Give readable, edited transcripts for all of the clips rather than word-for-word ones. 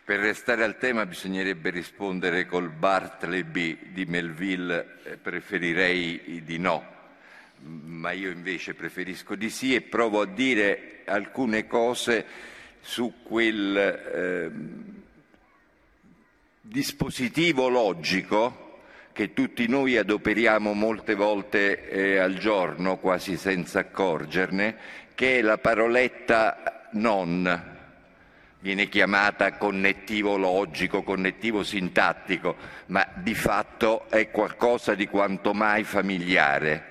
Per restare al tema bisognerebbe rispondere col Bartleby di Melville, preferirei di no, ma io invece preferisco di sì e provo a dire alcune cose su quel dispositivo logico che tutti noi adoperiamo molte volte al giorno, quasi senza accorgerne, che è la paroletta non. Viene chiamata connettivo logico, connettivo sintattico, ma di fatto è qualcosa di quanto mai familiare,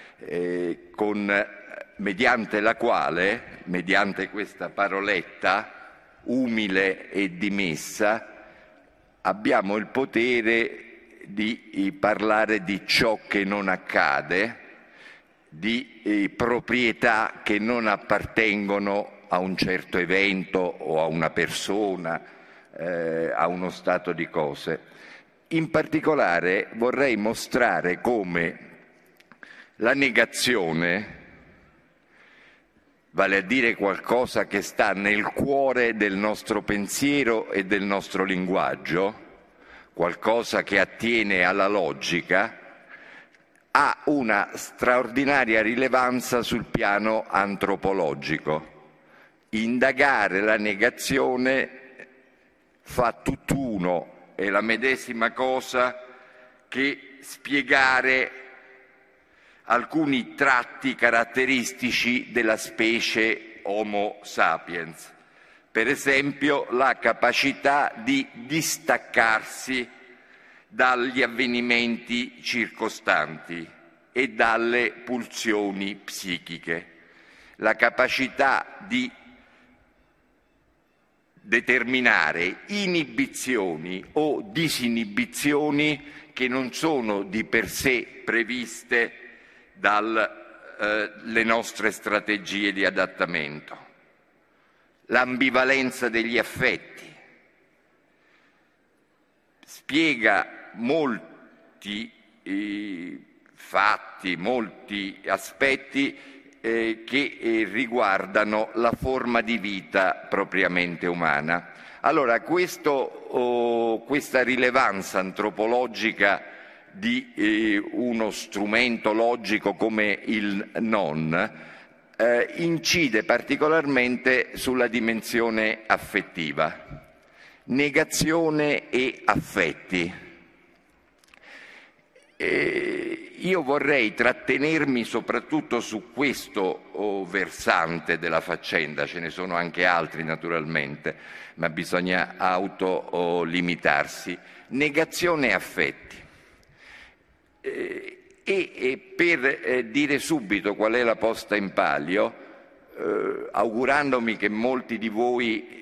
mediante la quale, mediante questa paroletta umile e dimessa, abbiamo il potere di parlare di ciò che non accade, di proprietà che non appartengono a un certo evento o a una persona, a uno stato di cose. In particolare vorrei mostrare come la negazione, vale a dire qualcosa che sta nel cuore del nostro pensiero e del nostro linguaggio, qualcosa che attiene alla logica, ha una straordinaria rilevanza sul piano antropologico. Indagare la negazione fa tutt'uno, è la medesima cosa che spiegare alcuni tratti caratteristici della specie Homo sapiens. Per esempio, la capacità di distaccarsi dagli avvenimenti circostanti e dalle pulsioni psichiche, la capacità di determinare inibizioni o disinibizioni che non sono di per sé previste dalle nostre strategie di adattamento. L'ambivalenza degli affetti spiega molti fatti, molti aspetti che riguardano la forma di vita propriamente umana. Allora, questa rilevanza antropologica di uno strumento logico come il non incide particolarmente sulla dimensione affettiva. Negazione e affetti. Io vorrei trattenermi soprattutto su questo versante della faccenda, ce ne sono anche altri naturalmente, ma bisogna autolimitarsi. Negazione e affetti. E per dire subito qual è la posta in palio, augurandomi che molti di voi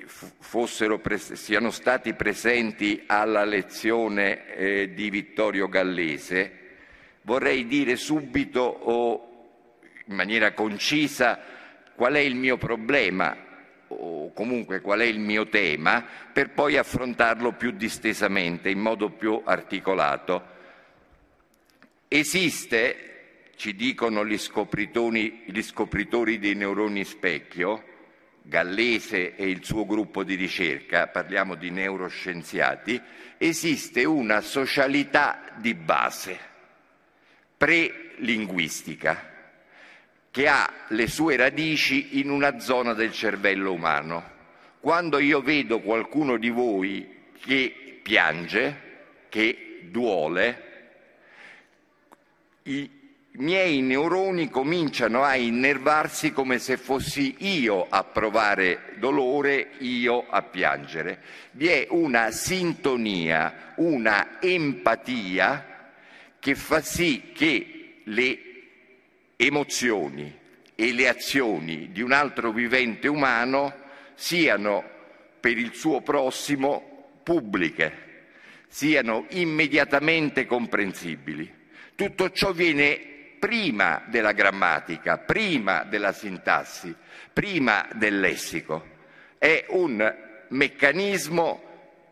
siano stati presenti alla lezione di Vittorio Gallese, vorrei dire subito o in maniera concisa qual è il mio problema o comunque qual è il mio tema, per poi affrontarlo più distesamente, in modo più articolato. Esiste, ci dicono gli scopritori dei neuroni specchio, Gallese e il suo gruppo di ricerca, parliamo di neuroscienziati, esiste una socialità di base, prelinguistica, che ha le sue radici in una zona del cervello umano. Quando io vedo qualcuno di voi che piange, che duole, i miei neuroni cominciano a innervarsi come se fossi io a provare dolore, io a piangere. Vi è una sintonia, una empatia che fa sì che le emozioni e le azioni di un altro vivente umano siano per il suo prossimo pubbliche, siano immediatamente comprensibili. Tutto ciò viene prima della grammatica, prima della sintassi, prima del lessico. È un meccanismo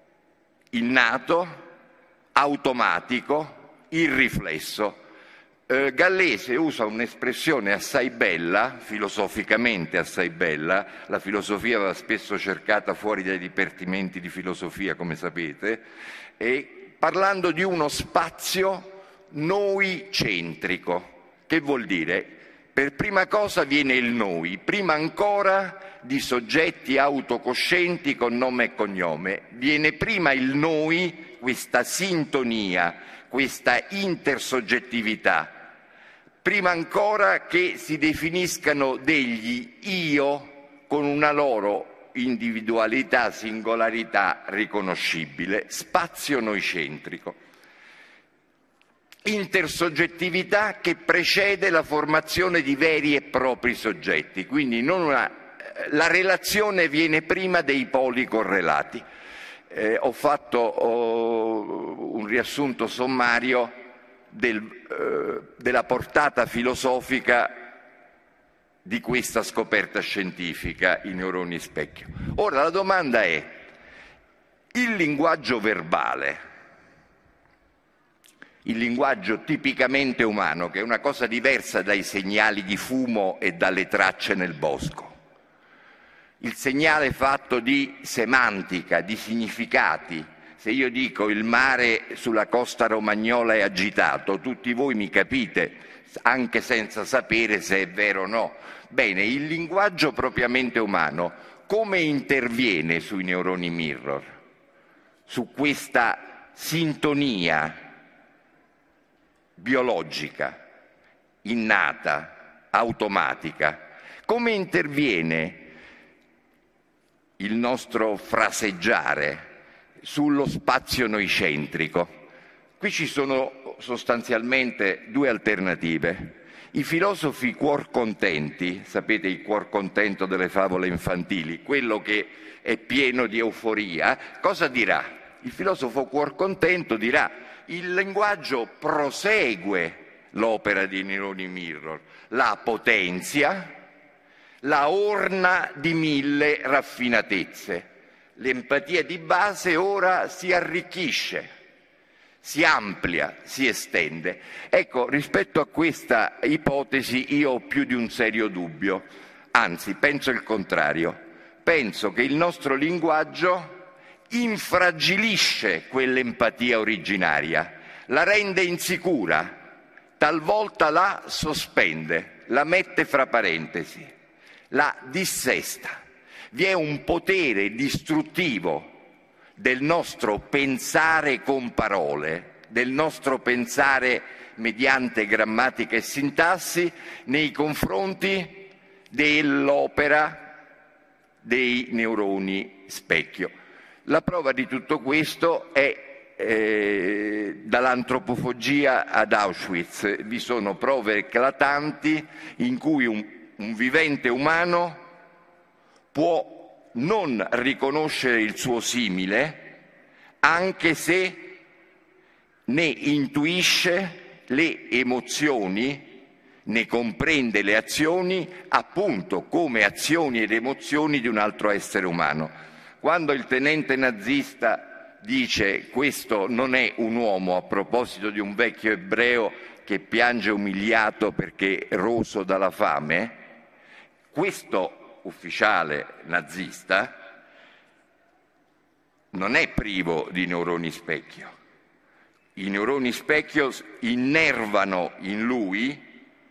innato, automatico, irriflesso. Gallese usa un'espressione assai bella, filosoficamente assai bella. La filosofia va spesso cercata fuori dai dipartimenti di filosofia, come sapete, e parlando di uno spazio noi-centrico. Che vuol dire? Per prima cosa viene il noi, prima ancora di soggetti autocoscienti con nome e cognome. Viene prima il noi, questa sintonia, questa intersoggettività, prima ancora che si definiscano degli io con una loro individualità, singolarità riconoscibile, spazio noicentrico. Intersoggettività che precede la formazione di veri e propri soggetti, quindi la relazione viene prima dei poli correlati. Ho fatto un riassunto sommario della portata filosofica di questa scoperta scientifica, i neuroni specchio. Ora la domanda è: il linguaggio verbale, il linguaggio tipicamente umano, che è una cosa diversa dai segnali di fumo e dalle tracce nel bosco, il segnale fatto di semantica, di significati. Se io dico il mare sulla costa romagnola è agitato, tutti voi mi capite, anche senza sapere se è vero o no. Bene, il linguaggio propriamente umano come interviene sui neuroni mirror, su questa sintonia biologica, innata, automatica? Come interviene il nostro fraseggiare sullo spazio noicentrico? Qui ci sono sostanzialmente due alternative. I filosofi cuor contenti, sapete il cuor contento delle favole infantili, quello che è pieno di euforia, cosa dirà? Il filosofo cuor contento dirà: il linguaggio prosegue l'opera di neuroni mirror, la potenzia, la orna di mille raffinatezze. L'empatia di base ora si arricchisce, si amplia, si estende. Ecco, rispetto a questa ipotesi io ho più di un serio dubbio, anzi penso il contrario. Penso che il nostro linguaggio infragilisce quell'empatia originaria, la rende insicura, talvolta la sospende, la mette fra parentesi, la dissesta. Vi è un potere distruttivo del nostro pensare con parole, del nostro pensare mediante grammatica e sintassi nei confronti dell'opera dei neuroni specchio. La prova di tutto questo è dall'antropofagia ad Auschwitz. Vi sono prove eclatanti in cui un vivente umano può non riconoscere il suo simile, anche se ne intuisce le emozioni, ne comprende le azioni, appunto come azioni ed emozioni di un altro essere umano. Quando il tenente nazista dice questo non è un uomo, a proposito di un vecchio ebreo che piange umiliato perché roso dalla fame, questo ufficiale nazista non è privo di neuroni specchio. I neuroni specchio innervano in lui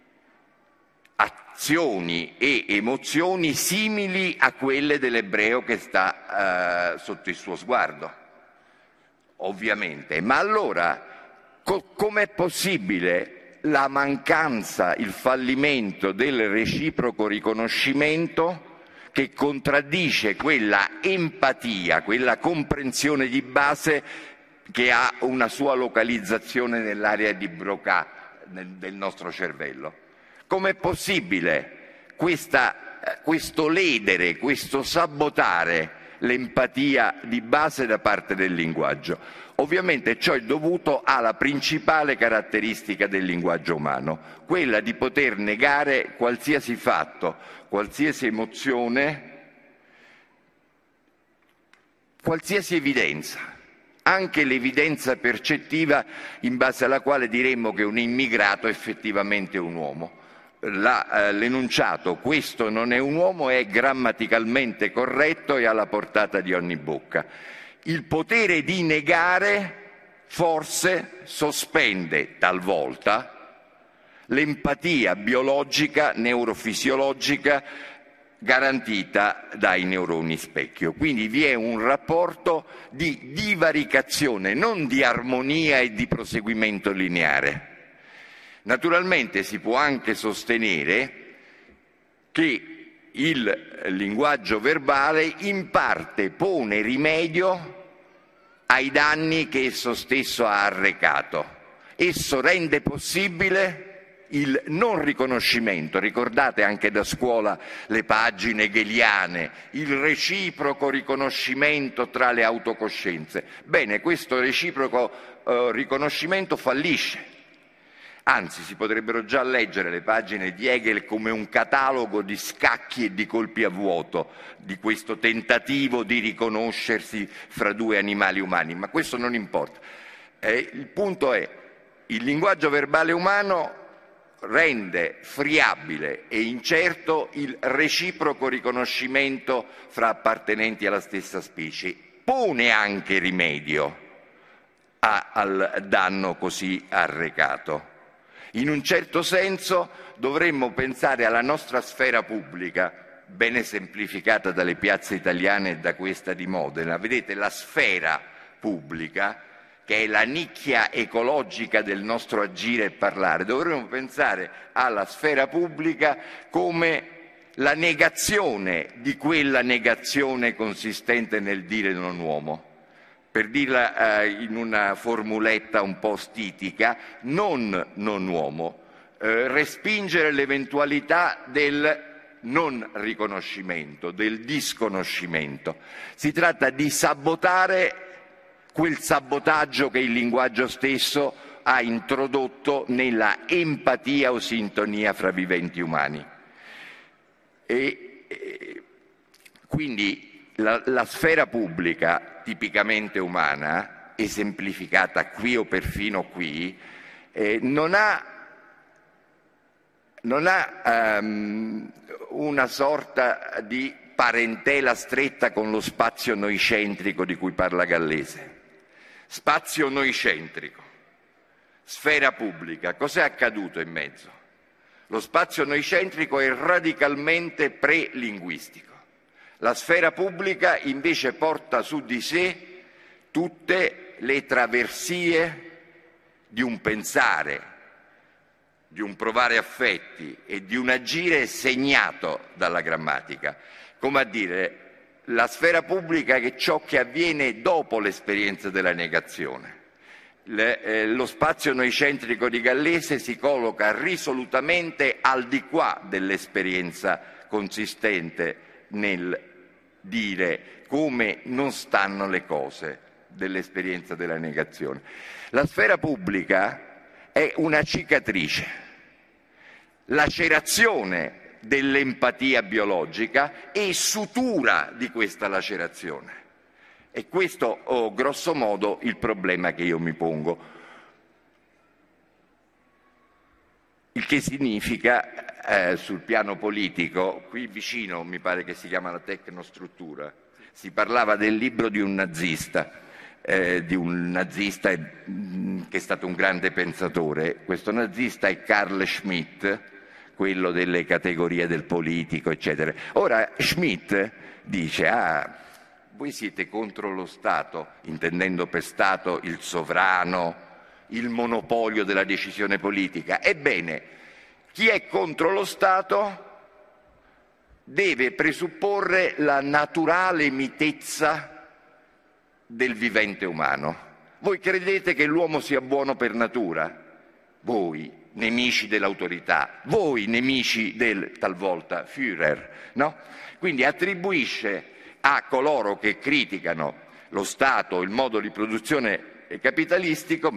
azioni e emozioni simili a quelle dell'ebreo che sta sotto il suo sguardo, ovviamente. Ma allora com'è possibile la mancanza, il fallimento del reciproco riconoscimento che contraddice quella empatia, quella comprensione di base che ha una sua localizzazione nell'area di Broca del nostro cervello? Com'è possibile questo ledere, questo sabotare l'empatia di base da parte del linguaggio? Ovviamente ciò è dovuto alla principale caratteristica del linguaggio umano, quella di poter negare qualsiasi fatto, qualsiasi emozione, qualsiasi evidenza, anche l'evidenza percettiva in base alla quale diremmo che un immigrato effettivamente è un uomo. L'enunciato "questo non è un uomo" è grammaticalmente corretto e alla portata di ogni bocca. Il potere di negare forse sospende talvolta l'empatia biologica, neurofisiologica garantita dai neuroni specchio. Quindi vi è un rapporto di divaricazione, non di armonia e di proseguimento lineare. Naturalmente si può anche sostenere che il linguaggio verbale in parte pone rimedio ai danni che esso stesso ha arrecato. Esso rende possibile il non riconoscimento, ricordate anche da scuola le pagine hegeliane, il reciproco riconoscimento tra le autocoscienze. Bene, questo reciproco riconoscimento fallisce. Anzi, si potrebbero già leggere le pagine di Hegel come un catalogo di scacchi e di colpi a vuoto di questo tentativo di riconoscersi fra due animali umani, ma questo non importa. Il punto è, il linguaggio verbale umano rende friabile e incerto il reciproco riconoscimento fra appartenenti alla stessa specie, pone anche rimedio al danno così arrecato. In un certo senso dovremmo pensare alla nostra sfera pubblica, ben esemplificata dalle piazze italiane e da questa di Modena. Vedete, la sfera pubblica, che è la nicchia ecologica del nostro agire e parlare, dovremmo pensare alla sfera pubblica come la negazione di quella negazione consistente nel dire non uomo. Per dirla in una formuletta un po' stitica, non uomo, respingere l'eventualità del non riconoscimento, del disconoscimento. Si tratta di sabotare quel sabotaggio che il linguaggio stesso ha introdotto nella empatia o sintonia fra viventi umani. Quindi la sfera pubblica tipicamente umana, esemplificata qui o perfino qui, non ha una sorta di parentela stretta con lo spazio noicentrico di cui parla Gallese. Spazio noicentrico, sfera pubblica, cos'è accaduto in mezzo? Lo spazio noicentrico è radicalmente prelinguistico. La sfera pubblica invece porta su di sé tutte le traversie di un pensare, di un provare affetti e di un agire segnato dalla grammatica. Come a dire, la sfera pubblica è ciò che avviene dopo l'esperienza della negazione. Lo spazio noicentrico di Gallese si colloca risolutamente al di qua dell'esperienza consistente nel dire come non stanno le cose dell'esperienza della negazione. La sfera pubblica è una cicatrice, lacerazione dell'empatia biologica e sutura di questa lacerazione. E questo, grosso modo, il problema che io mi pongo. Il che significa, sul piano politico, qui vicino mi pare che si chiama la tecnostruttura, si parlava del libro di un nazista che è stato un grande pensatore. Questo nazista è Carl Schmitt, quello delle categorie del politico, eccetera. Ora Schmitt dice, voi siete contro lo Stato, intendendo per Stato il sovrano, il monopolio della decisione politica. Ebbene, chi è contro lo Stato deve presupporre la naturale mitezza del vivente umano. Voi credete che l'uomo sia buono per natura? Voi, nemici dell'autorità, voi, nemici del talvolta Führer, no? Quindi attribuisce a coloro che criticano lo Stato, il modo di produzione capitalistico,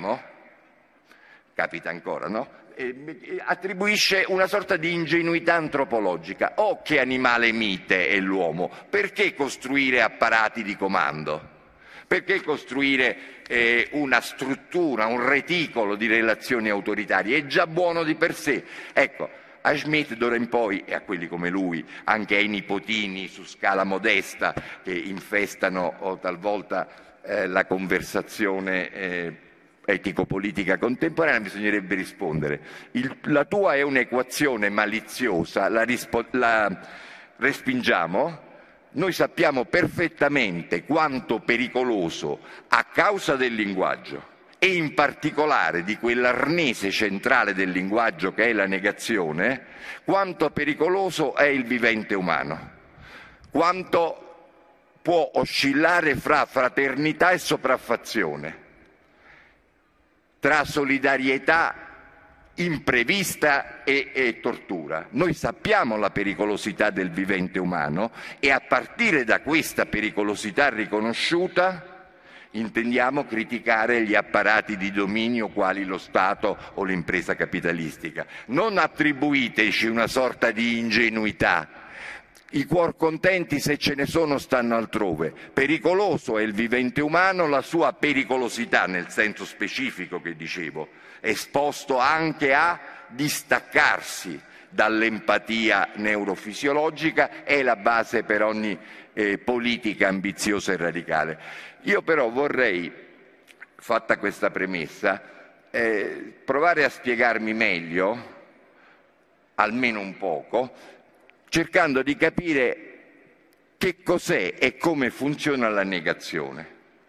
capita ancora, no? Attribuisce una sorta di ingenuità antropologica. Oh, che animale mite è l'uomo! Perché costruire apparati di comando? Perché costruire una struttura, un reticolo di relazioni autoritarie? È già buono di per sé. Ecco, a Schmitt d'ora in poi, e a quelli come lui, anche ai nipotini su scala modesta che infestano talvolta la conversazione etico-politica contemporanea, bisognerebbe rispondere: la tua è un'equazione maliziosa, la respingiamo. Noi sappiamo perfettamente quanto pericoloso, a causa del linguaggio e in particolare di quell'arnese centrale del linguaggio che è la negazione, quanto pericoloso è il vivente umano, quanto può oscillare fra fraternità e sopraffazione, tra solidarietà imprevista e tortura. Noi sappiamo la pericolosità del vivente umano e a partire da questa pericolosità riconosciuta intendiamo criticare gli apparati di dominio quali lo Stato o l'impresa capitalistica. Non attribuiteci una sorta di ingenuità. I cuor contenti, se ce ne sono, stanno altrove. Pericoloso è il vivente umano, la sua pericolosità nel senso specifico che dicevo, esposto anche a distaccarsi dall'empatia neurofisiologica, è la base per ogni politica ambiziosa e radicale. Io però vorrei, fatta questa premessa, provare a spiegarmi meglio, almeno un poco, cercando di capire che cos'è e come funziona la negazione.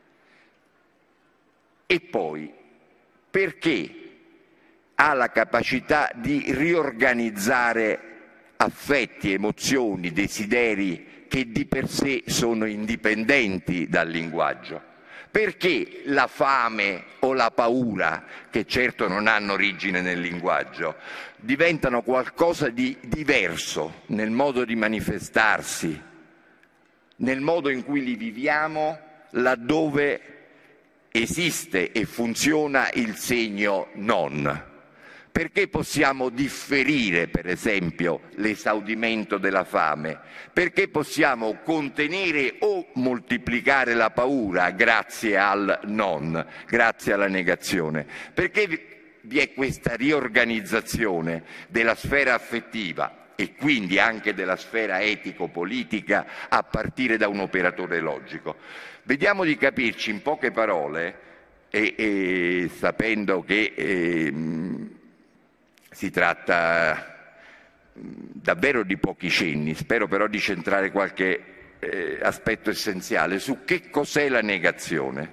E poi, perché ha la capacità di riorganizzare affetti, emozioni, desideri che di per sé sono indipendenti dal linguaggio. Perché la fame o la paura, che certo non hanno origine nel linguaggio, diventano qualcosa di diverso nel modo di manifestarsi, nel modo in cui li viviamo, laddove esiste e funziona il segno non? Perché possiamo differire, per esempio, l'esaudimento della fame? Perché possiamo contenere o moltiplicare la paura grazie al non, grazie alla negazione? Perché vi è questa riorganizzazione della sfera affettiva e quindi anche della sfera etico-politica a partire da un operatore logico? Vediamo di capirci in poche parole e sapendo che si tratta davvero di pochi cenni, spero però di centrare qualche aspetto essenziale su che cos'è la negazione.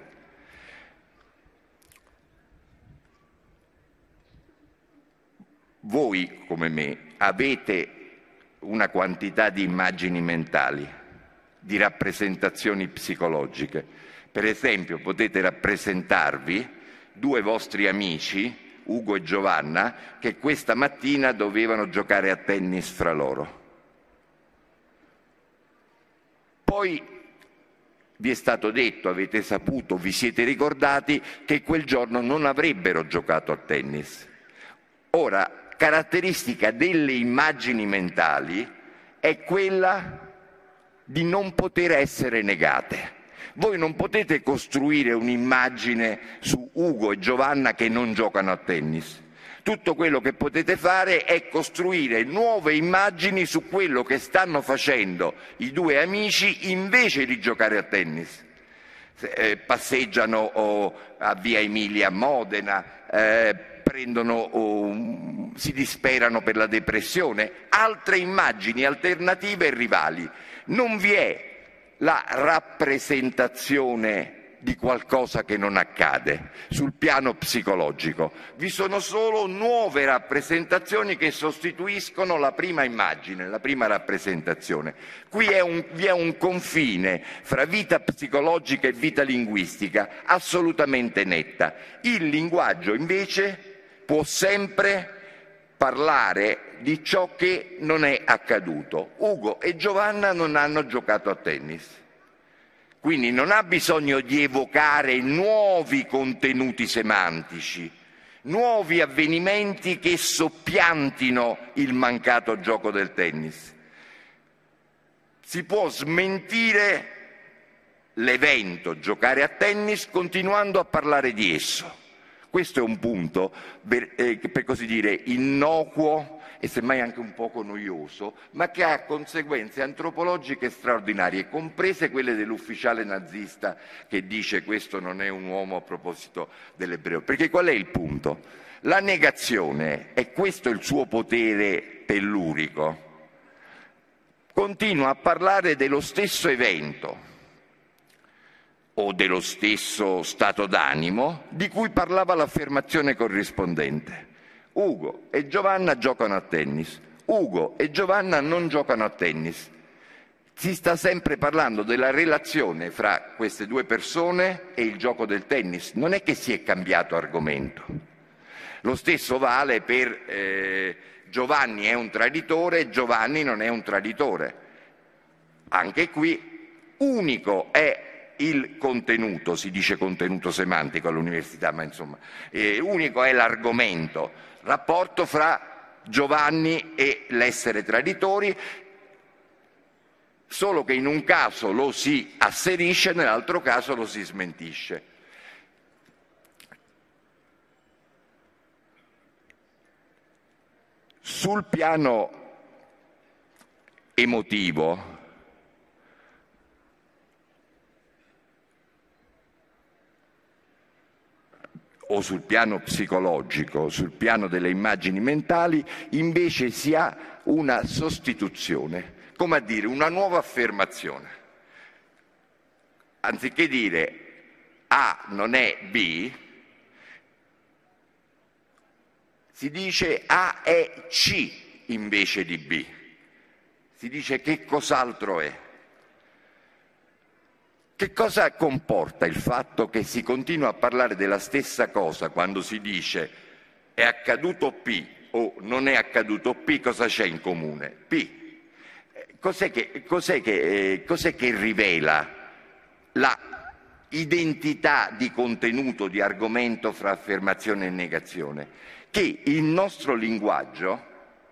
Voi, come me, avete una quantità di immagini mentali, di rappresentazioni psicologiche. Per esempio, potete rappresentarvi due vostri amici, Ugo e Giovanna, che questa mattina dovevano giocare a tennis fra loro. Poi vi è stato detto, avete saputo, vi siete ricordati che quel giorno non avrebbero giocato a tennis. Ora, caratteristica delle immagini mentali è quella di non poter essere negate. Voi non potete costruire un'immagine su Ugo e Giovanna che non giocano a tennis. Tutto quello che potete fare è costruire nuove immagini su quello che stanno facendo i due amici invece di giocare a tennis. Passeggiano a Via Emilia a Modena, si disperano per la depressione, altre immagini alternative e rivali. Non vi è la rappresentazione di qualcosa che non accade sul piano psicologico. Vi sono solo nuove rappresentazioni che sostituiscono la prima immagine, la prima rappresentazione. Qui vi è un confine fra vita psicologica e vita linguistica assolutamente netta. Il linguaggio invece può sempre parlare di ciò che non è accaduto. Ugo e Giovanna non hanno giocato a tennis, quindi non ha bisogno di evocare nuovi contenuti semantici, nuovi avvenimenti che soppiantino il mancato gioco del tennis. Si può smentire l'evento giocare a tennis continuando a parlare di esso. Questo è un punto, per così dire, innocuo e semmai anche un poco noioso, ma che ha conseguenze antropologiche straordinarie, comprese quelle dell'ufficiale nazista che dice questo non è un uomo a proposito dell'ebreo. Perché qual è il punto? La negazione, e questo è il suo potere tellurico, continua a parlare dello stesso evento o dello stesso stato d'animo di cui parlava l'affermazione corrispondente. Ugo e Giovanna giocano a tennis, Ugo e Giovanna non giocano a tennis. Si sta sempre parlando della relazione fra queste due persone e il gioco del tennis, non è che si è cambiato argomento. Lo stesso vale per Giovanni è un traditore e Giovanni non è un traditore. Anche qui unico è il contenuto, si dice contenuto semantico all'università, ma insomma, unico è l'argomento, rapporto fra Giovanni e l'essere traditori, solo che in un caso lo si asserisce, nell'altro caso lo si smentisce. Sul piano emotivo, o sul piano psicologico, sul piano delle immagini mentali, invece si ha una sostituzione, come a dire una nuova affermazione. Anziché dire A non è B, si dice A è C invece di B. Si dice che cos'altro è. Che cosa comporta il fatto che si continua a parlare della stessa cosa quando si dice è accaduto P o non è accaduto P? Cosa c'è in comune? P. Cos'è che rivela la identità di contenuto, di argomento fra affermazione e negazione? Che il nostro linguaggio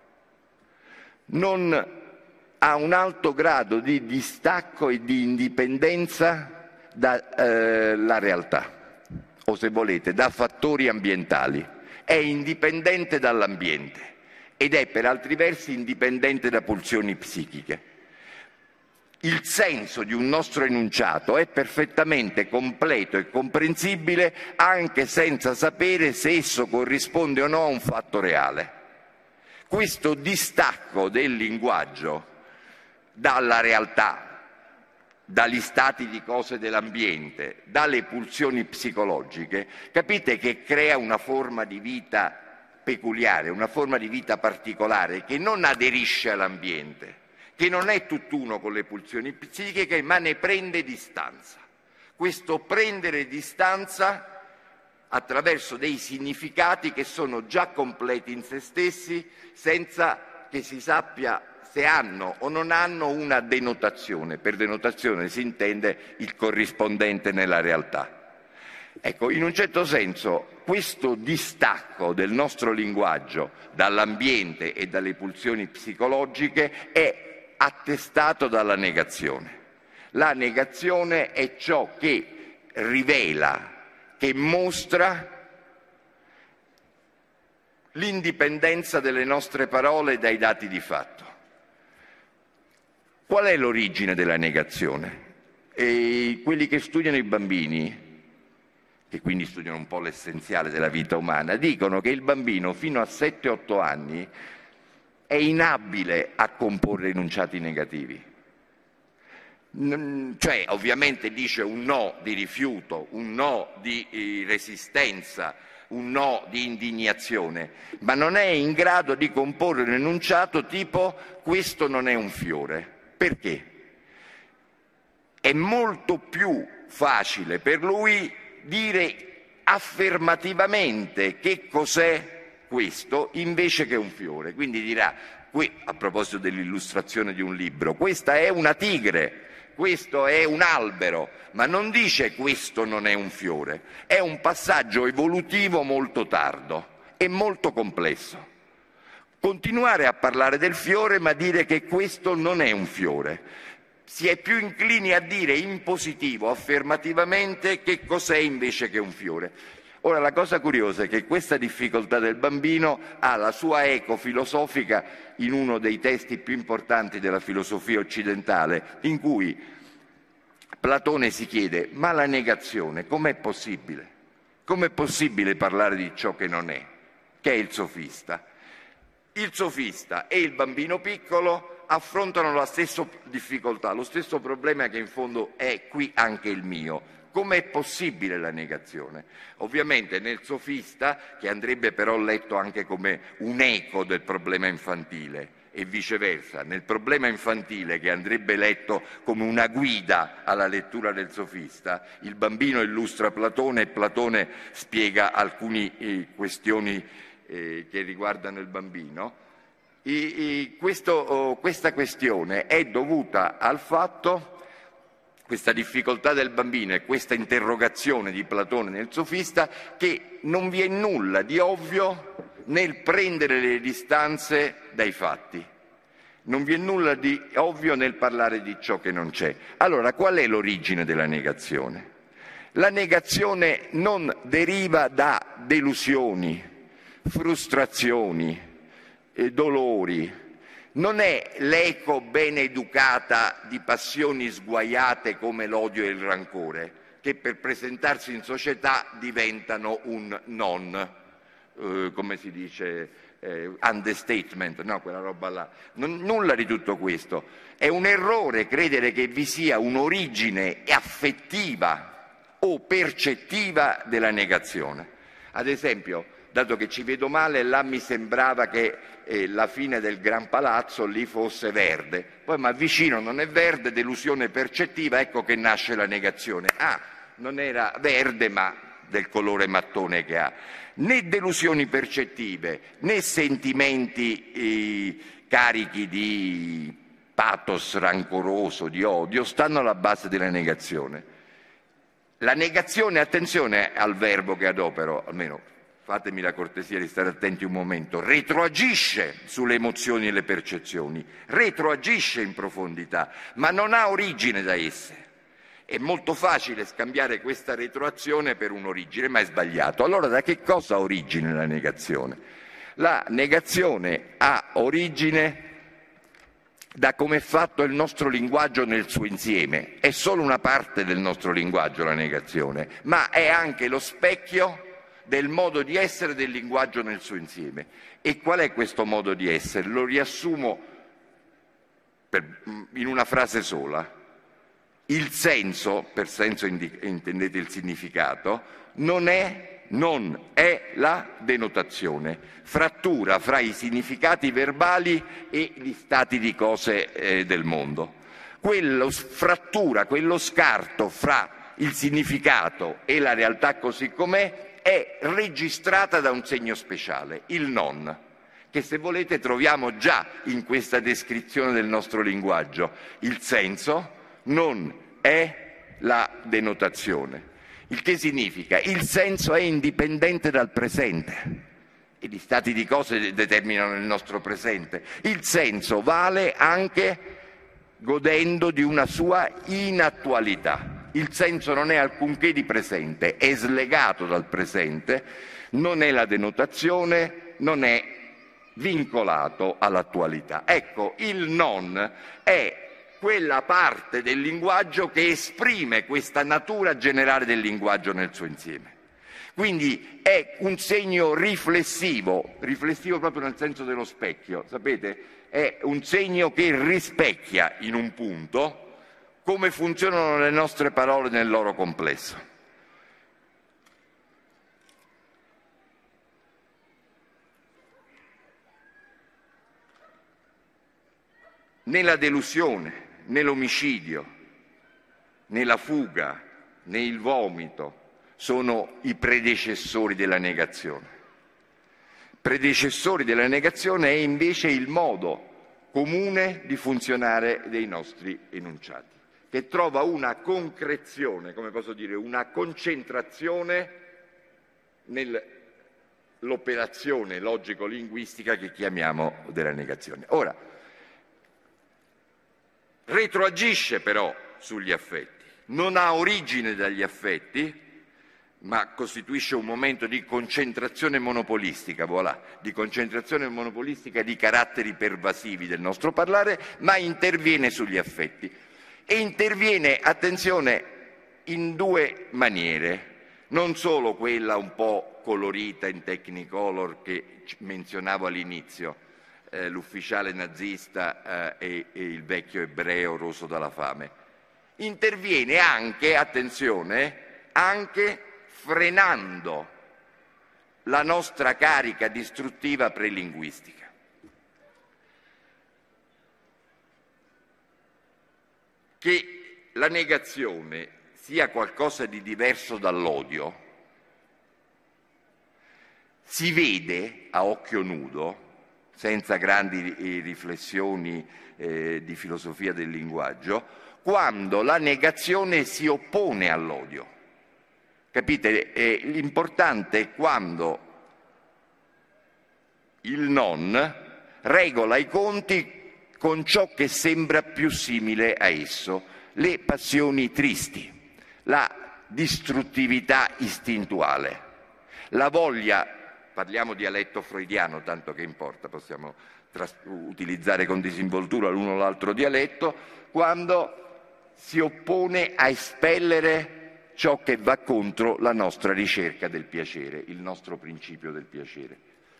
non ha un alto grado di distacco e di indipendenza dalla realtà, o se volete, da fattori ambientali. È indipendente dall'ambiente ed è per altri versi indipendente da pulsioni psichiche. Il senso di un nostro enunciato è perfettamente completo e comprensibile anche senza sapere se esso corrisponde o no a un fatto reale. Questo distacco del linguaggio dalla realtà, dagli stati di cose dell'ambiente, dalle pulsioni psicologiche, capite che crea una forma di vita peculiare, una forma di vita particolare che non aderisce all'ambiente, che non è tutt'uno con le pulsioni psichiche, ma ne prende distanza. Questo prendere distanza attraverso dei significati che sono già completi in se stessi, senza che si sappia se hanno o non hanno una denotazione. Per denotazione si intende il corrispondente nella realtà. Ecco, in un certo senso questo distacco del nostro linguaggio dall'ambiente e dalle pulsioni psicologiche è attestato dalla negazione. La negazione è ciò che rivela, che mostra l'indipendenza delle nostre parole dai dati di fatto. Qual è l'origine della negazione? E quelli che studiano i bambini, che quindi studiano un po' l'essenziale della vita umana, dicono che il bambino fino a 7-8 anni è inabile a comporre enunciati negativi. Cioè, ovviamente dice un no di rifiuto, un no di resistenza, un no di indignazione, ma non è in grado di comporre un enunciato tipo questo non è un fiore. Perché? È molto più facile per lui dire affermativamente che cos'è questo invece che un fiore. Quindi dirà, qui, a proposito dell'illustrazione di un libro, questa è una tigre, questo è un albero, ma non dice questo non è un fiore. È un passaggio evolutivo molto tardo e molto complesso. Continuare a parlare del fiore ma dire che questo non è un fiore. si è più inclini a dire in positivo, affermativamente, che cos'è invece che un fiore. Ora, la cosa curiosa è che questa difficoltà del bambino ha la sua eco filosofica in uno dei testi più importanti della filosofia occidentale, in cui Platone si chiede: ma la negazione com'è possibile? Com'è possibile parlare di ciò che non è? Che è il sofista. Il sofista e il bambino piccolo affrontano la stessa difficoltà, lo stesso problema che in fondo è qui anche il mio. Com'è possibile la negazione? Ovviamente nel sofista, che andrebbe però letto anche come un eco del problema infantile, e viceversa, nel problema infantile, che andrebbe letto come una guida alla lettura del sofista, il bambino illustra Platone e Platone spiega alcune questioni che riguardano il bambino. Questa questione è dovuta al fatto, questa difficoltà del bambino e questa interrogazione di Platone nel sofista, che non vi è nulla di ovvio nel prendere le distanze dai fatti. Non vi è nulla di ovvio nel parlare di ciò che non c'è. Allora, qual è l'origine della negazione? La negazione non deriva da delusioni, frustrazioni, dolori. Non è l'eco ben educata di passioni sguaiate come l'odio e il rancore, che per presentarsi in società diventano un non, come si dice, understatement, no, quella roba là. Nulla di tutto questo. È un errore credere che vi sia un'origine affettiva o percettiva della negazione. Ad esempio, dato che ci vedo male, là mi sembrava che la fine del Gran Palazzo lì fosse verde, poi mi avvicino, non è verde, delusione percettiva, ecco che nasce la negazione. Ah, non era verde ma del colore mattone che ha. Né delusioni percettive, né sentimenti carichi di pathos rancoroso, di odio, stanno alla base della negazione. La negazione, attenzione al verbo che adopero, almeno fatemi la cortesia di stare attenti un momento, retroagisce sulle emozioni e le percezioni, retroagisce in profondità, ma non ha origine da esse. È molto facile scambiare questa retroazione per un'origine, ma è sbagliato. Allora da che cosa ha origine la negazione? La negazione ha origine da come è fatto il nostro linguaggio nel suo insieme. È solo una parte del nostro linguaggio la negazione, ma è anche lo specchio del modo di essere del linguaggio nel suo insieme. E qual è questo modo di essere? Lo riassumo in una frase sola. Il senso, per senso intendete il significato, non è la denotazione, frattura fra i significati verbali e gli stati di cose del mondo. Quello frattura, quello scarto fra il significato e la realtà così com'è è registrata da un segno speciale, il non, che se volete troviamo già in questa descrizione del nostro linguaggio. Il senso non è la denotazione, il che significa il senso è indipendente dal presente e gli stati di cose determinano il nostro presente. Il senso vale anche godendo di una sua inattualità. Il senso non è alcunché di presente, è slegato dal presente, non è la denotazione, non è vincolato all'attualità. Ecco, il non è quella parte del linguaggio che esprime questa natura generale del linguaggio nel suo insieme. Quindi è un segno riflessivo proprio nel senso dello specchio, sapete? È un segno che rispecchia in un punto come funzionano le nostre parole nel loro complesso. Né la delusione, né l'omicidio, né la fuga, né il vomito sono i predecessori della negazione. Predecessori della negazione è invece il modo comune di funzionare dei nostri enunciati, che trova una concrezione, come posso dire, una concentrazione nell'operazione logico-linguistica che chiamiamo della negazione. Ora, retroagisce però sugli affetti, non ha origine dagli affetti, ma costituisce un momento di concentrazione monopolistica, voilà, di concentrazione monopolistica di caratteri pervasivi del nostro parlare, ma interviene sugli affetti. E interviene, attenzione, in due maniere, non solo quella un po' colorita in Technicolor che menzionavo all'inizio, l'ufficiale nazista e il vecchio ebreo roso dalla fame. Interviene anche, attenzione, anche frenando la nostra carica distruttiva prelinguistica. Che la negazione sia qualcosa di diverso dall'odio si vede a occhio nudo, senza grandi riflessioni di filosofia del linguaggio, quando la negazione si oppone all'odio. Capite? L'importante è quando il non regola i conti con ciò che sembra più simile a esso, le passioni tristi, la distruttività istintuale, la voglia, parliamo dialetto freudiano, tanto che importa, possiamo utilizzare con disinvoltura l'uno o l'altro dialetto, quando si oppone a espellere ciò che va contro la nostra ricerca del piacere, il nostro principio del piacere.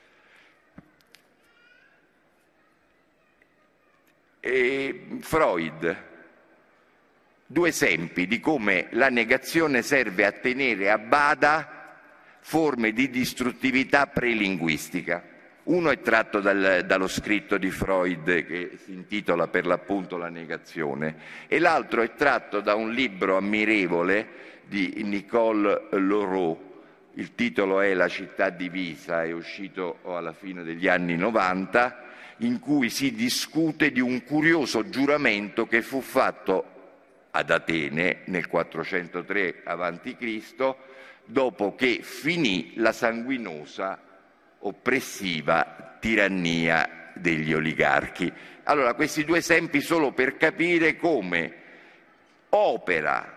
E Freud, due esempi di come la negazione serve a tenere a bada forme di distruttività prelinguistica. Uno è tratto dallo scritto di Freud che si intitola per l'appunto La negazione e l'altro è tratto da un libro ammirevole di Nicole Leroux. Il titolo è La città divisa, è uscito alla fine degli anni 90, in cui si discute di un curioso giuramento che fu fatto ad Atene nel 403 a.C., dopo che finì la sanguinosa, oppressiva tirannia degli oligarchi. Allora, questi due esempi solo per capire come opera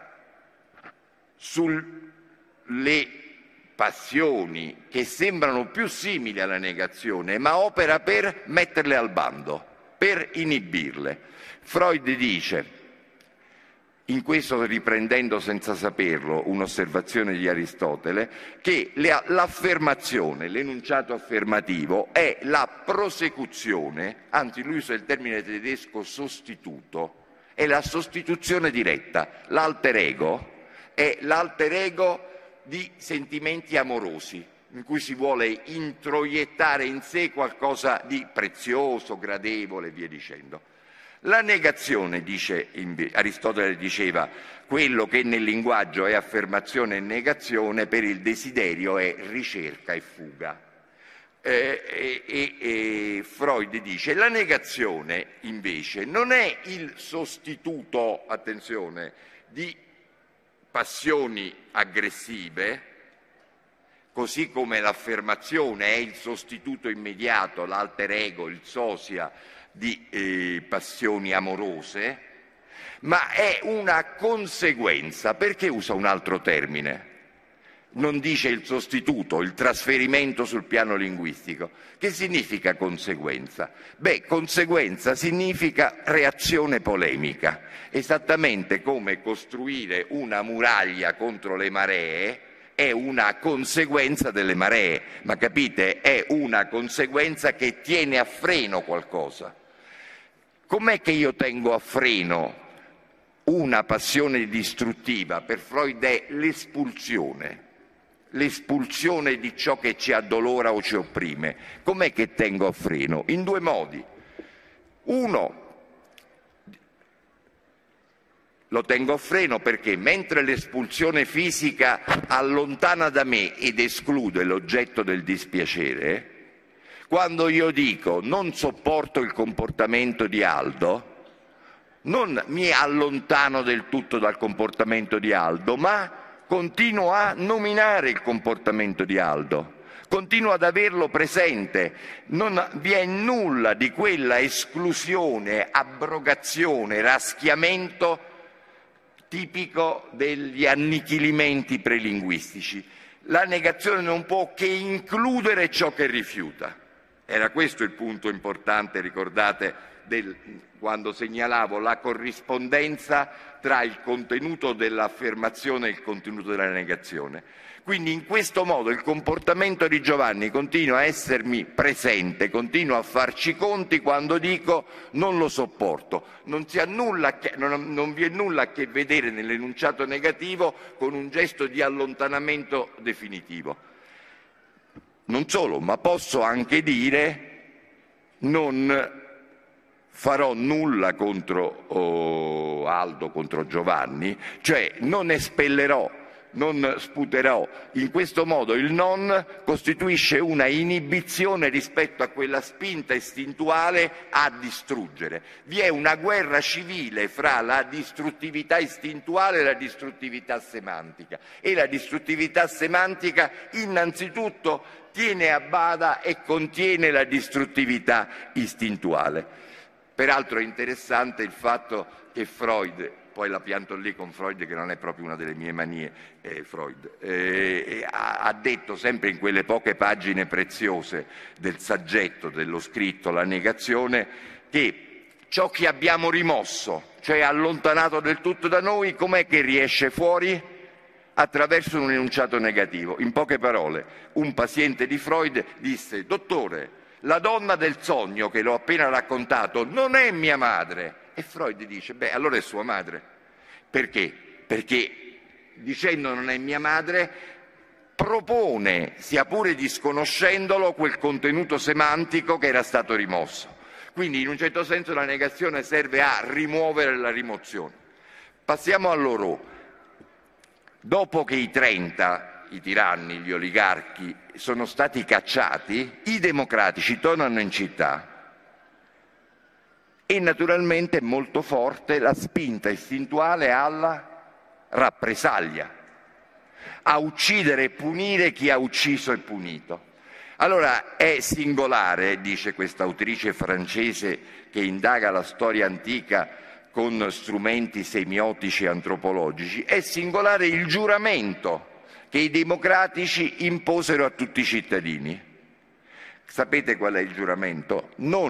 sulle passioni che sembrano più simili alla negazione, ma opera per metterle al bando, per inibirle. Freud dice, in questo riprendendo senza saperlo un'osservazione di Aristotele, che l'affermazione, l'enunciato affermativo è la prosecuzione, anzi lui usa il termine tedesco sostituto, è la sostituzione diretta, l'alter ego è l'alter ego di sentimenti amorosi, in cui si vuole introiettare in sé qualcosa di prezioso, gradevole e via dicendo. La negazione, dice Aristotele, diceva quello che nel linguaggio è affermazione e negazione, per il desiderio è ricerca e fuga. Freud dice la negazione invece non è il sostituto, attenzione, di passioni aggressive, così come l'affermazione è il sostituto immediato, l'alter ego, il sosia di passioni amorose, ma è una conseguenza. Perché usa un altro termine? Non dice il sostituto, il trasferimento sul piano linguistico. Che significa conseguenza? Beh, conseguenza significa reazione polemica, esattamente come costruire una muraglia contro le maree è una conseguenza delle maree, ma capite? È una conseguenza che tiene a freno qualcosa. Com'è che io tengo a freno una passione distruttiva? Per Freud è l'espulsione di ciò che ci addolora o ci opprime. Com'è che tengo a freno? In due modi. Uno, lo tengo a freno perché mentre l'espulsione fisica allontana da me ed esclude l'oggetto del dispiacere, quando io dico non sopporto il comportamento di Aldo, non mi allontano del tutto dal comportamento di Aldo, ma continuo a nominare il comportamento di Aldo, Continuo ad averlo presente, non vi è nulla di quella esclusione, abrogazione, raschiamento tipico degli annichilimenti prelinguistici. La negazione non può che includere ciò che rifiuta. Era questo il punto importante, ricordate, quando segnalavo la corrispondenza tra il contenuto dell'affermazione e il contenuto della negazione. Quindi in questo modo il comportamento di Giovanni continua a essermi presente, continua a farci conti quando dico non lo sopporto. Non vi è nulla a che vedere nell'enunciato negativo con un gesto di allontanamento definitivo. Non solo, ma posso anche dire non farò nulla contro Aldo, contro Giovanni, cioè non espellerò, non sputerò. In questo modo il non costituisce una inibizione rispetto a quella spinta istintuale a distruggere. Vi è una guerra civile fra la distruttività istintuale e la distruttività semantica, e la distruttività semantica innanzitutto tiene a bada e contiene la distruttività istintuale. Peraltro è interessante il fatto che Freud, poi la pianto lì con Freud che non è proprio una delle mie manie, ha detto sempre in quelle poche pagine preziose del saggetto, dello scritto, La negazione, che ciò che abbiamo rimosso, cioè allontanato del tutto da noi, com'è che riesce fuori? Attraverso un enunciato negativo. In poche parole, un paziente di Freud disse: dottore, la donna del sogno che l'ho appena raccontato non è mia madre. E Freud dice: beh, allora è sua madre. Perché? Perché dicendo non è mia madre propone, sia pure disconoscendolo, quel contenuto semantico che era stato rimosso. Quindi in un certo senso la negazione serve a rimuovere la rimozione. Passiamo a loro. Dopo che i 30, i tiranni, gli oligarchi, sono stati cacciati, i democratici tornano in città e naturalmente è molto forte la spinta istintuale alla rappresaglia, a uccidere e punire chi ha ucciso e punito. Allora è singolare, dice questa autrice francese che indaga la storia antica con strumenti semiotici e antropologici, è singolare il giuramento che i democratici imposero a tutti i cittadini. Sapete qual è il giuramento?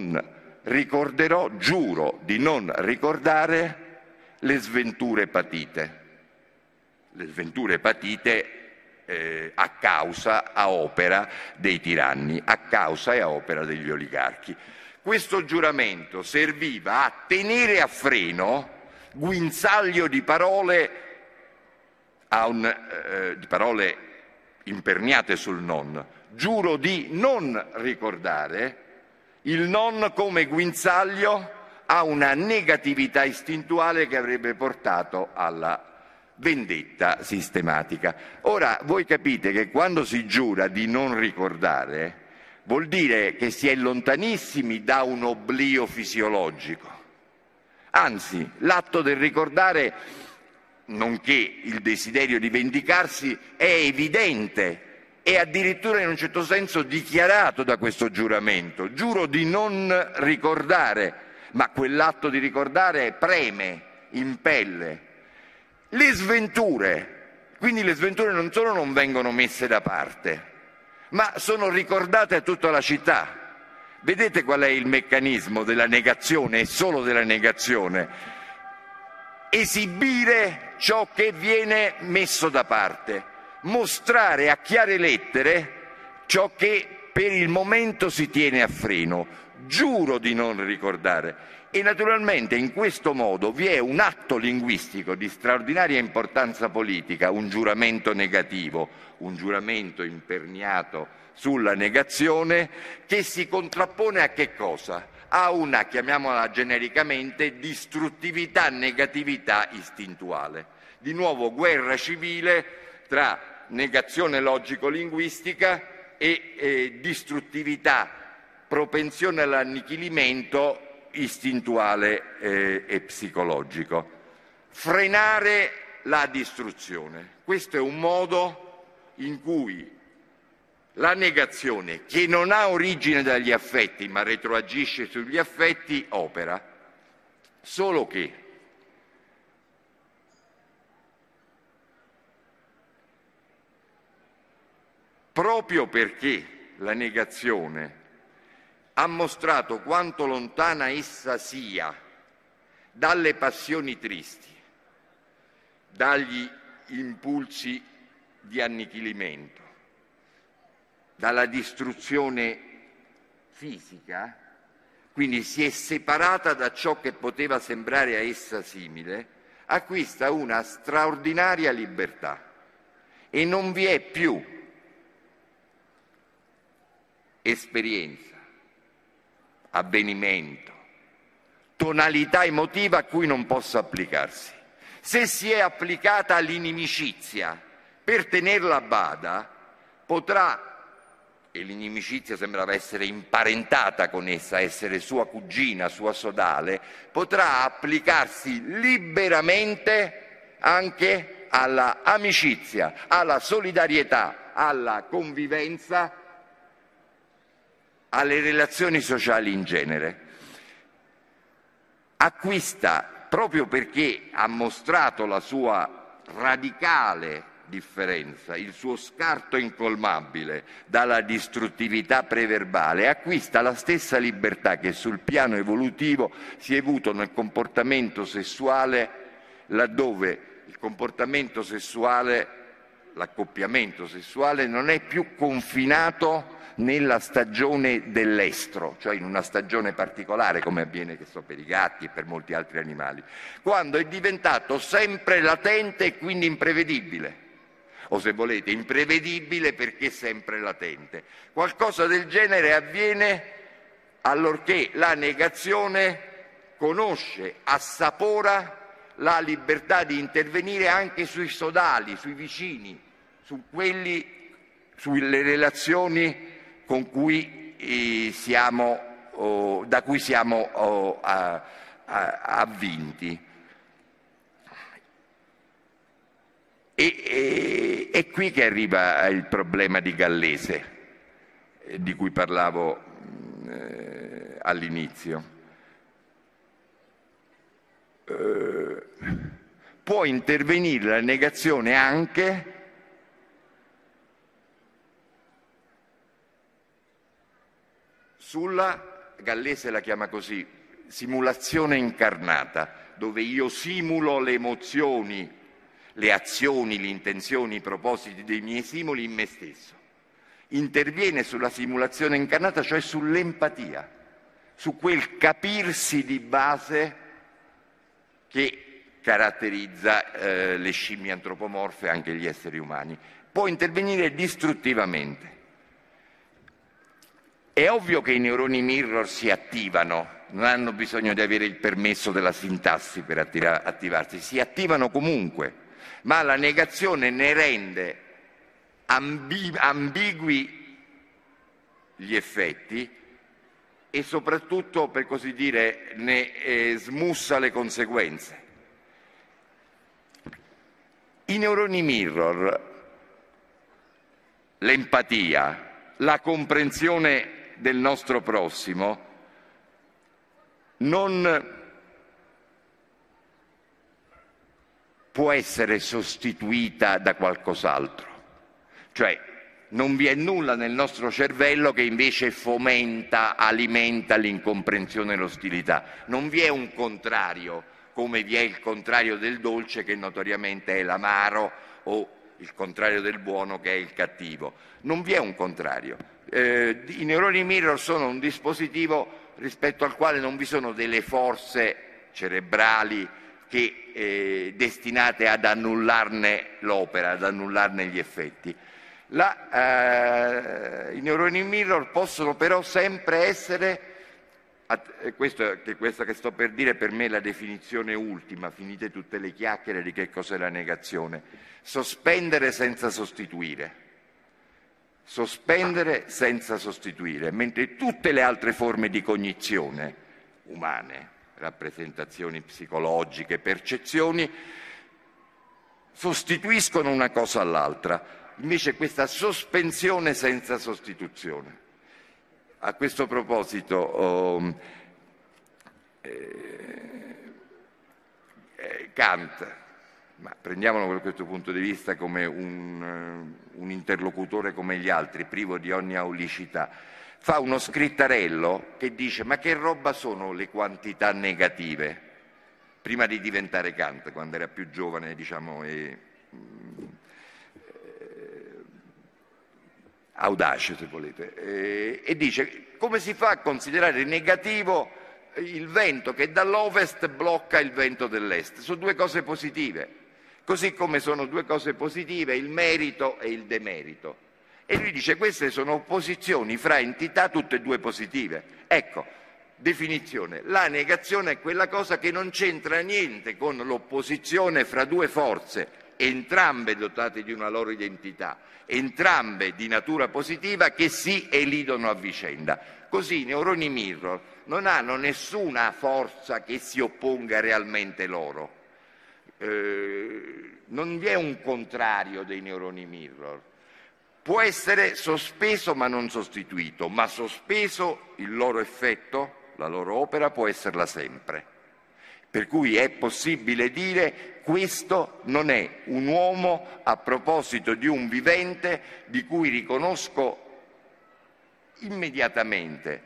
Giuro di non ricordare le sventure patite. Le sventure patite a causa, a opera dei tiranni, a causa e a opera degli oligarchi. Questo giuramento serviva a tenere a freno guinzaglio di parole imperniate sul non. Giuro di non ricordare, il non come guinzaglio a una negatività istintuale che avrebbe portato alla vendetta sistematica. Ora, voi capite che quando si giura di non ricordare vuol dire che si è lontanissimi da un oblio fisiologico. Anzi, l'atto del ricordare, nonché il desiderio di vendicarsi, è evidente e addirittura in un certo senso dichiarato da questo giuramento. Giuro di non ricordare, ma quell'atto di ricordare preme, impelle. Le sventure, quindi le sventure non solo non vengono messe da parte, ma sono ricordate a tutta la città. Vedete qual è il meccanismo della negazione e solo della negazione? Esibire ciò che viene messo da parte, mostrare a chiare lettere ciò che per il momento si tiene a freno. Giuro di non ricordare. E naturalmente in questo modo vi è un atto linguistico di straordinaria importanza politica, un giuramento negativo, un giuramento imperniato sulla negazione, che si contrappone a che cosa? A una, chiamiamola genericamente, distruttività, negatività istintuale. Di nuovo guerra civile tra negazione logico-linguistica e distruttività, propensione all'annichilimento istintuale e psicologico. Frenare la distruzione. Questo è un modo in cui La negazione, che non ha origine dagli affetti ma retroagisce sugli affetti, opera, solo che proprio perché la negazione ha mostrato quanto lontana essa sia dalle passioni tristi, dagli impulsi di annichilimento, dalla distruzione fisica, quindi si è separata da ciò che poteva sembrare a essa simile, acquista una straordinaria libertà e non vi è più esperienza, avvenimento, tonalità emotiva a cui non possa applicarsi. Se si è applicata all'inimicizia per tenerla a bada, potrà, e l'inimicizia sembrava essere imparentata con essa, essere sua cugina, sua sodale, potrà applicarsi liberamente anche alla amicizia, alla solidarietà, alla convivenza, alle relazioni sociali in genere. Acquista, proprio perché ha mostrato la sua radicale differenza, il suo scarto incolmabile dalla distruttività preverbale, acquista la stessa libertà che sul piano evolutivo si è avuto nel comportamento sessuale, laddove il comportamento sessuale, l'accoppiamento sessuale non è più confinato nella stagione dell'estro, cioè in una stagione particolare, come avviene, che so, per i gatti e per molti altri animali, quando è diventato sempre latente e quindi imprevedibile, o se volete imprevedibile perché sempre latente. Qualcosa del genere avviene allorché la negazione conosce, assapora la libertà di intervenire anche sui sodali, sui vicini, su quelli, sulle relazioni con cui da cui siamo avvinti. È qui che arriva il problema di Gallese, di cui parlavo all'inizio. Può intervenire la negazione anche sulla, Gallese la chiama così, simulazione incarnata, dove io simulo le emozioni, le azioni, le intenzioni, i propositi dei miei simuli in me stesso. Interviene sulla simulazione incarnata, cioè sull'empatia, su quel capirsi di base che caratterizza le scimmie antropomorfe e anche gli esseri umani. Può intervenire distruttivamente. È ovvio che i neuroni mirror si attivano, non hanno bisogno di avere il permesso della sintassi per attivarsi, si attivano comunque, ma la negazione ne rende ambigui gli effetti e soprattutto, per così dire, ne smussa le conseguenze. I neuroni mirror, l'empatia, la comprensione del nostro prossimo non può essere sostituita da qualcos'altro, cioè non vi è nulla nel nostro cervello che invece fomenta, alimenta l'incomprensione e l'ostilità, non vi è un contrario come vi è il contrario del dolce che notoriamente è l'amaro o il contrario del buono che è il cattivo, non vi è un contrario. I neuroni mirror sono un dispositivo rispetto al quale non vi sono delle forze cerebrali che destinate ad annullarne l'opera, ad annullarne gli effetti. I neuroni mirror possono però sempre essere, questa che sto per dire per me è la definizione ultima, finite tutte le chiacchiere di che cos'è la negazione, sospendere senza sostituire. Sospendere senza sostituire, mentre tutte le altre forme di cognizione umane, rappresentazioni psicologiche, percezioni, sostituiscono una cosa all'altra. invece questa sospensione senza sostituzione. A questo proposito Kant, ma prendiamolo da questo punto di vista come un interlocutore come gli altri, privo di ogni aulicità, fa uno scrittarello che dice: ma che roba sono le quantità negative? Prima di diventare Kant, quando era più giovane, diciamo, audace, se volete, e dice: come si fa a considerare negativo il vento che dall'ovest blocca il vento dell'est? Sono due cose positive, così come sono due cose positive il merito e il demerito. E lui dice: queste sono opposizioni fra entità tutte e due positive. Ecco, definizione: la negazione è quella cosa che non c'entra niente con l'opposizione fra due forze, entrambe dotate di una loro identità, entrambe di natura positiva, che si elidono a vicenda. Così i neuroni mirror non hanno nessuna forza che si opponga realmente loro. Non vi è un contrario dei neuroni mirror. Può essere sospeso ma non sostituito, ma sospeso il loro effetto, la loro opera può esserla sempre. Per cui è possibile dire: questo non è un uomo a proposito di un vivente di cui riconosco immediatamente,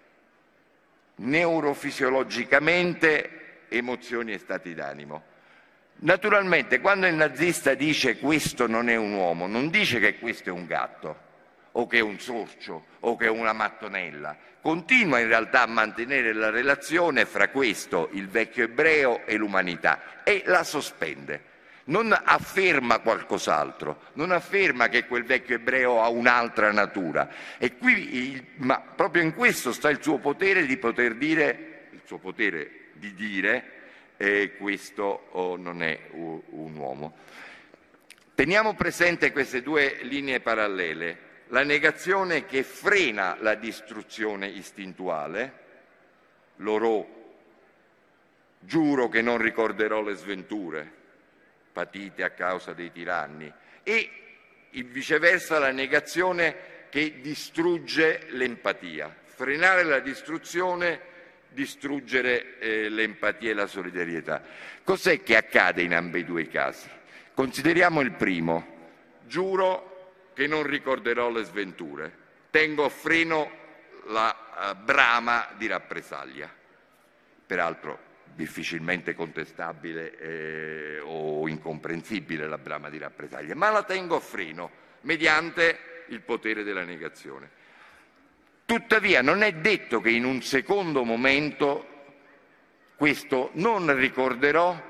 neurofisiologicamente, emozioni e stati d'animo. Naturalmente, quando il nazista dice questo non è un uomo, non dice che questo è un gatto, o che è un sorcio, o che è una mattonella. Continua in realtà a mantenere la relazione fra questo, il vecchio ebreo, e l'umanità, e la sospende. Non afferma qualcos'altro, non afferma che quel vecchio ebreo ha un'altra natura. E qui, ma proprio in questo sta il suo potere di poter dire, il suo potere di dire: questo non è un uomo. Teniamo presente queste due linee parallele: la negazione che frena la distruzione istintuale, Lorò, giuro che non ricorderò le sventure patite a causa dei tiranni, e il viceversa la negazione che distrugge l'empatia, frenare la distruzione, distruggere l'empatia e la solidarietà. Cos'è che accade in ambedue i casi? Consideriamo il primo: giuro che non ricorderò le sventure, tengo a freno la brama di rappresaglia, peraltro difficilmente contestabile o incomprensibile la brama di rappresaglia, ma la tengo a freno mediante il potere della negazione. Tuttavia non è detto che in un secondo momento questo non ricorderò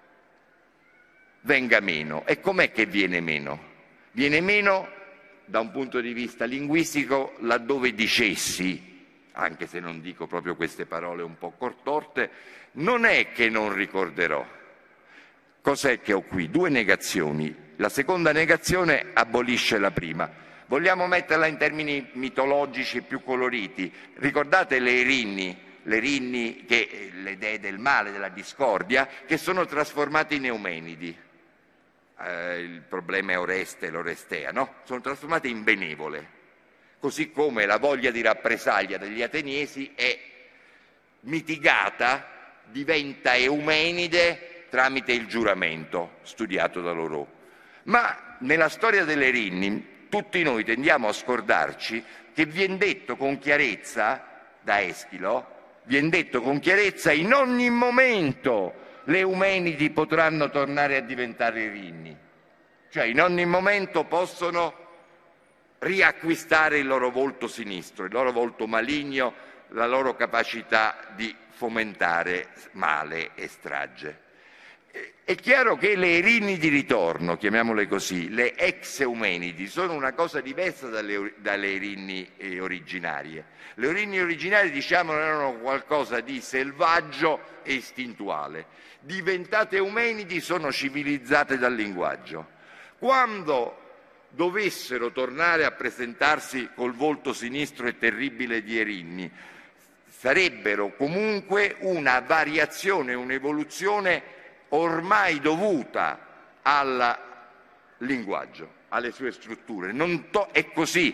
venga meno. E com'è che viene meno? Viene meno da un punto di vista linguistico laddove dicessi, anche se non dico proprio queste parole un po' contorte, non è che non ricorderò. Cos'è che ho qui? Due negazioni. La seconda negazione abolisce la prima. Vogliamo metterla in termini mitologici più coloriti. Ricordate le Erinni, che le dee del male, della discordia, che sono trasformate in Eumenidi. Il problema è Oreste e l'Orestea, no? Sono trasformate in benevole, così come la voglia di rappresaglia degli ateniesi è mitigata, diventa eumenide tramite il giuramento studiato da Lorò. Ma nella storia delle Erinni tutti noi tendiamo a scordarci che viene detto con chiarezza da Eschilo, viene detto con chiarezza: in ogni momento le Eumenidi potranno tornare a diventare Erinni, cioè in ogni momento possono riacquistare il loro volto sinistro, il loro volto maligno, la loro capacità di fomentare male e strage. È chiaro che le Erinni di ritorno, chiamiamole così, le ex Eumenidi, sono una cosa diversa dalle Erinni originarie. Le Erinni originarie, diciamo, erano qualcosa di selvaggio e istintuale. Diventate Eumenidi, sono civilizzate dal linguaggio. Quando dovessero tornare a presentarsi col volto sinistro e terribile di Erinni, sarebbero comunque una variazione, un'evoluzione ormai dovuta al linguaggio. alle sue strutture. È così.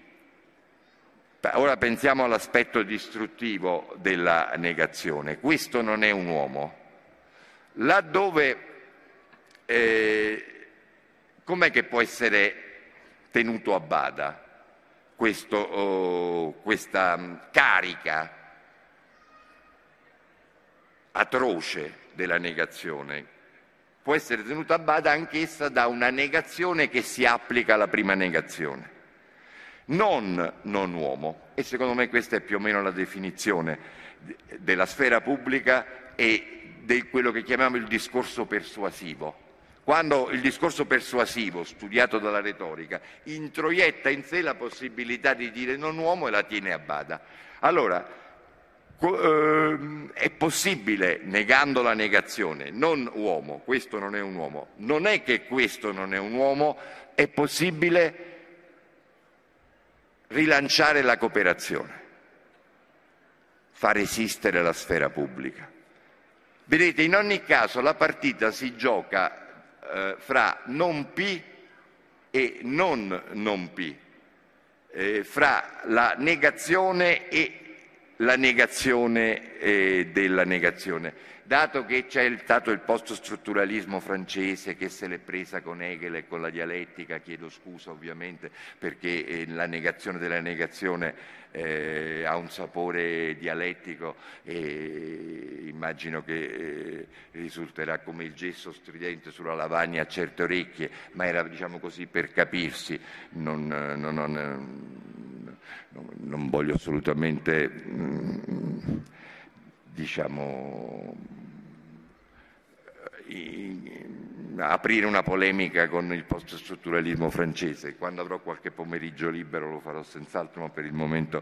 Ora pensiamo all'aspetto distruttivo della negazione. Questo non è un uomo. Laddove com'è che può essere tenuto a bada questa carica atroce della negazione? Può essere tenuta a bada anch'essa da una negazione che si applica alla prima negazione. Non uomo, e secondo me questa è più o meno la definizione della sfera pubblica e di quello che chiamiamo il discorso persuasivo. Quando il discorso persuasivo, studiato dalla retorica, introietta in sé la possibilità di dire non uomo e la tiene a bada. Allora, è possibile, negando la negazione, non uomo, questo non è un uomo. Non è che questo non è un uomo, è possibile rilanciare la cooperazione, far esistere la sfera pubblica. Vedete, in ogni caso la partita si gioca fra non P e non P, fra la negazione e la negazione della negazione. Dato che c'è stato il post-strutturalismo francese che se l'è presa con Hegel e con la dialettica, chiedo scusa ovviamente perché la negazione della negazione ha un sapore dialettico e immagino che risulterà come il gesso stridente sulla lavagna a certe orecchie, ma era, diciamo così, per capirsi. Non voglio assolutamente aprire una polemica con il post-strutturalismo francese. Quando avrò qualche pomeriggio libero lo farò senz'altro, ma per il momento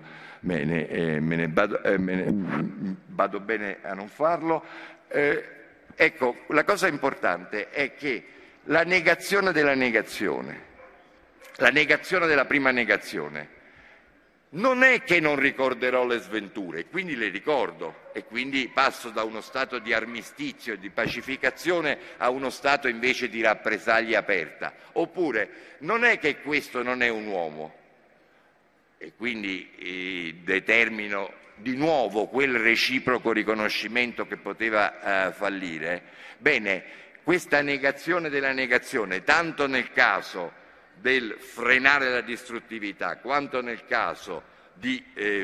vado bene a non farlo. Ecco, la cosa importante è che la negazione della negazione, la negazione della prima negazione, non è che non ricorderò le sventure, quindi le ricordo e quindi passo da uno stato di armistizio e di pacificazione a uno stato invece di rappresaglia aperta. Oppure non è che questo non è un uomo e quindi determino di nuovo quel reciproco riconoscimento che poteva fallire. Bene, questa negazione della negazione, tanto nel caso del frenare la distruttività, quanto nel caso di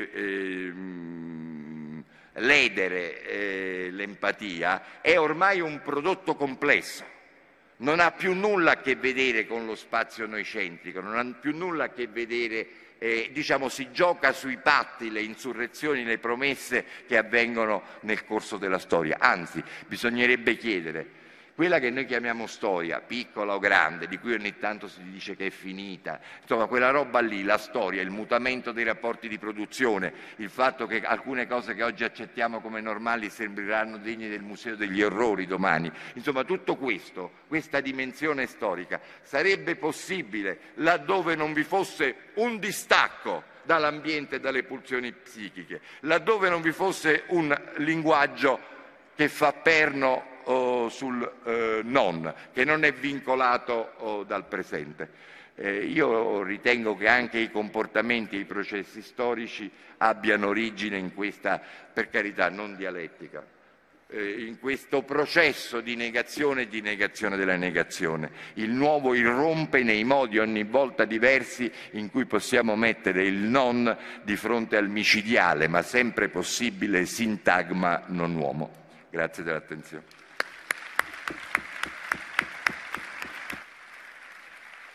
ledere l'empatia, è ormai un prodotto complesso. Non ha più nulla a che vedere con lo spazio noicentrico, non ha più nulla a che vedere, si gioca sui patti, le insurrezioni, le promesse che avvengono nel corso della storia. Anzi, bisognerebbe chiedere, quella che noi chiamiamo storia, piccola o grande, di cui ogni tanto si dice che è finita, insomma quella roba lì, la storia, il mutamento dei rapporti di produzione, il fatto che alcune cose che oggi accettiamo come normali sembreranno degne del Museo degli Orrori domani, insomma tutto questo, questa dimensione storica, sarebbe possibile laddove non vi fosse un distacco dall'ambiente e dalle pulsioni psichiche, laddove non vi fosse un linguaggio che fa perno sul non, che non è vincolato dal presente. Io ritengo che anche i comportamenti e i processi storici abbiano origine in questa, per carità, non dialettica, in questo processo di negazione e di negazione della negazione. Il nuovo irrompe nei modi ogni volta diversi in cui possiamo mettere il non di fronte al micidiale, ma sempre possibile sintagma non uomo. Grazie dell'attenzione.